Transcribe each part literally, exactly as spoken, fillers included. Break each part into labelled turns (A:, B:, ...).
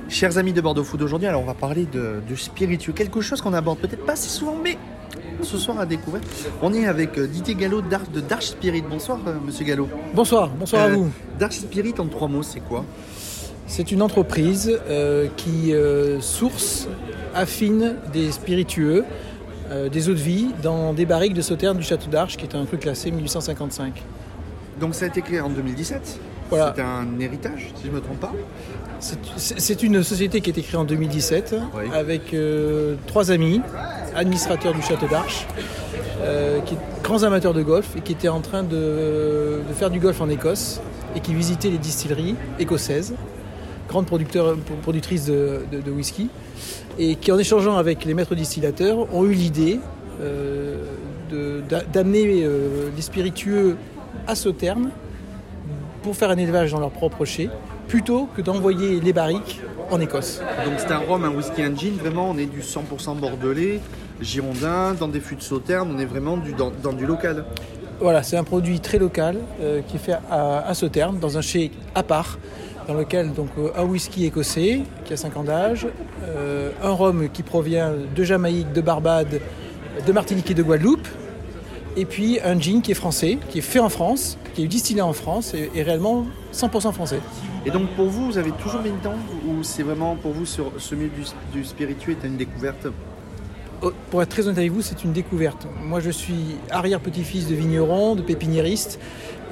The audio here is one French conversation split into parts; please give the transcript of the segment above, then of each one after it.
A: Chers amis de Bordeaux Food, aujourd'hui, alors on va parler de, de spiritueux, quelque chose qu'on aborde peut-être pas si souvent, mais ce soir à découvrir. On est avec euh, Didier Gallo d'Arche, de Darche Spirit. Bonsoir, euh, Monsieur Gallo.
B: Bonsoir, bonsoir euh, à vous.
A: Darche Spirit, en trois mots, c'est quoi?
B: C'est une entreprise euh, qui euh, source, affine des spiritueux, euh, des eaux de vie, dans des barriques de Sauternes du Château d'Arche, qui est un cru classé mille huit cent cinquante-cinq.
A: Donc ça a été créé en deux mille dix-sept.
B: Voilà.
A: C'est un héritage, si je ne me trompe pas.
B: C'est, c'est une société qui a été créée en deux mille dix-sept, oui. avec euh, trois amis, administrateurs du Château d'Arche, euh, qui sont grands amateurs de golf et qui étaient en train de, de faire du golf en Écosse et qui visitaient les distilleries écossaises, grandes productrices de, de, de whisky, et qui, en échangeant avec les maîtres distillateurs, ont eu l'idée euh, de, d'amener euh, les spiritueux à Sauternes pour faire un élevage dans leur propre chai, plutôt que d'envoyer les barriques en Écosse.
A: Donc c'est un rhum, un whisky, un gin, vraiment on est du cent pour cent bordelais, girondin, dans des fûts de Sauternes, on est vraiment du, dans, dans du local.
B: Voilà, c'est un produit très local euh, qui est fait à, à Sauternes, dans un chai à part, dans lequel donc un whisky écossais qui a cinq ans d'âge, euh, un rhum qui provient de Jamaïque, de Barbade, de Martinique et de Guadeloupe, et puis un gin qui est français, qui est fait en France, qui est distillé en France et, et réellement cent pour cent français.
A: Et donc pour vous, vous avez toujours mis dedans ou c'est vraiment pour vous ce, ce milieu du, du spiritueux est une découverte?
B: Pour être très honnête avec vous, c'est une découverte. Moi je suis arrière-petit-fils de vigneron, de pépiniériste,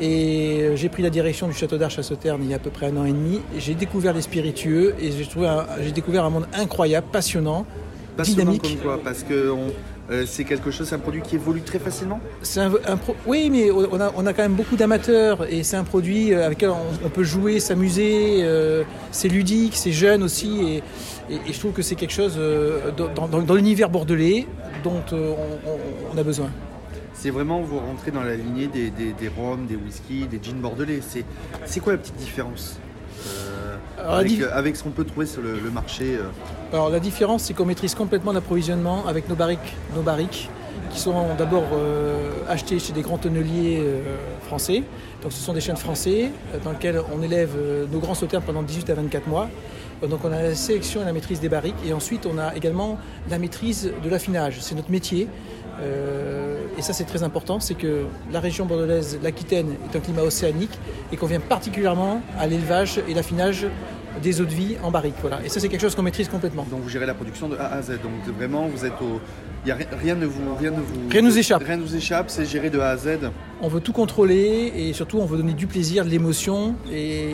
B: et j'ai pris la direction du Château d'Arche à Sauternes il y a à peu près un an et demi. Et j'ai découvert les spiritueux et j'ai, trouvé un, j'ai découvert un monde incroyable, passionnant,
A: passionnant
B: dynamique.
A: Comme quoi? Parce que on... Euh, c'est quelque chose, c'est un produit qui évolue très facilement.
B: C'est un, un pro... Oui, mais on a, on a quand même beaucoup d'amateurs et c'est un produit avec lequel on, on peut jouer, s'amuser. Euh, c'est ludique, c'est jeune aussi, et, et, et je trouve que c'est quelque chose euh, dans, dans, dans l'univers bordelais dont euh, on, on, on a besoin.
A: C'est vraiment, vous rentrez dans la lignée des, des, des rhums, des whiskies, des gins bordelais. C'est, c'est quoi la petite différence euh, avec, diff... avec ce qu'on peut trouver sur le, le marché euh...
B: Alors la différence, c'est qu'on maîtrise complètement l'approvisionnement avec nos barriques, nos barriques qui sont d'abord euh, achetées chez des grands tonneliers euh, français. Donc ce sont des chênes français euh, dans lesquels on élève euh, nos grands sauternes pendant dix-huit à vingt-quatre mois. Euh, donc on a la sélection et la maîtrise des barriques, et ensuite on a également la maîtrise de l'affinage. C'est notre métier. Euh, et ça c'est très important, c'est que la région bordelaise, l'Aquitaine, est un climat océanique et qu'on vient particulièrement à l'élevage et l'affinage des eaux de vie en barrique. Voilà. Et ça c'est quelque chose qu'on maîtrise complètement.
A: Donc vous gérez la production de A à Z, donc vraiment vous êtes au... Il y a rien ne vous... Rien ne vous...
B: Rien nous échappe.
A: Rien ne nous échappe, c'est géré de A à Z.
B: On veut tout contrôler et surtout on veut donner du plaisir, de l'émotion et,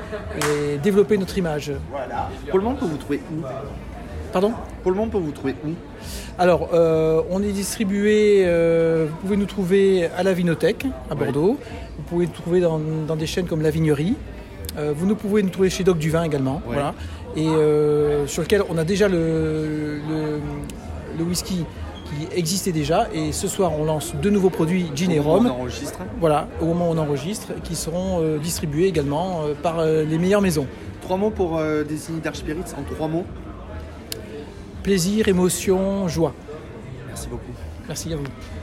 B: et développer notre image.
A: Voilà. Pour le moment, on peut vous trouver où?
B: Pardon?
A: Pour le moment, on peut vous trouver où?
B: Alors, euh, on est distribué, euh, vous pouvez nous trouver à la Vinothèque, à Bordeaux. Oui. Vous pouvez nous trouver dans, dans des chaînes comme La Vignerie. Euh, vous nous pouvez nous trouver chez Doc du Vin également. Oui. Voilà. Et euh, sur lequel on a déjà le, le, le whisky qui existait déjà. Et ce soir, on lance deux nouveaux produits, gin et rhum.
A: On enregistre.
B: Voilà, au moment où on enregistre, qui seront euh, distribués également euh, par euh, les meilleures maisons.
A: Trois mots pour euh, désigner Darche Spirit, en trois mots.
B: Plaisir, émotion, joie.
A: Merci beaucoup.
B: Merci à vous.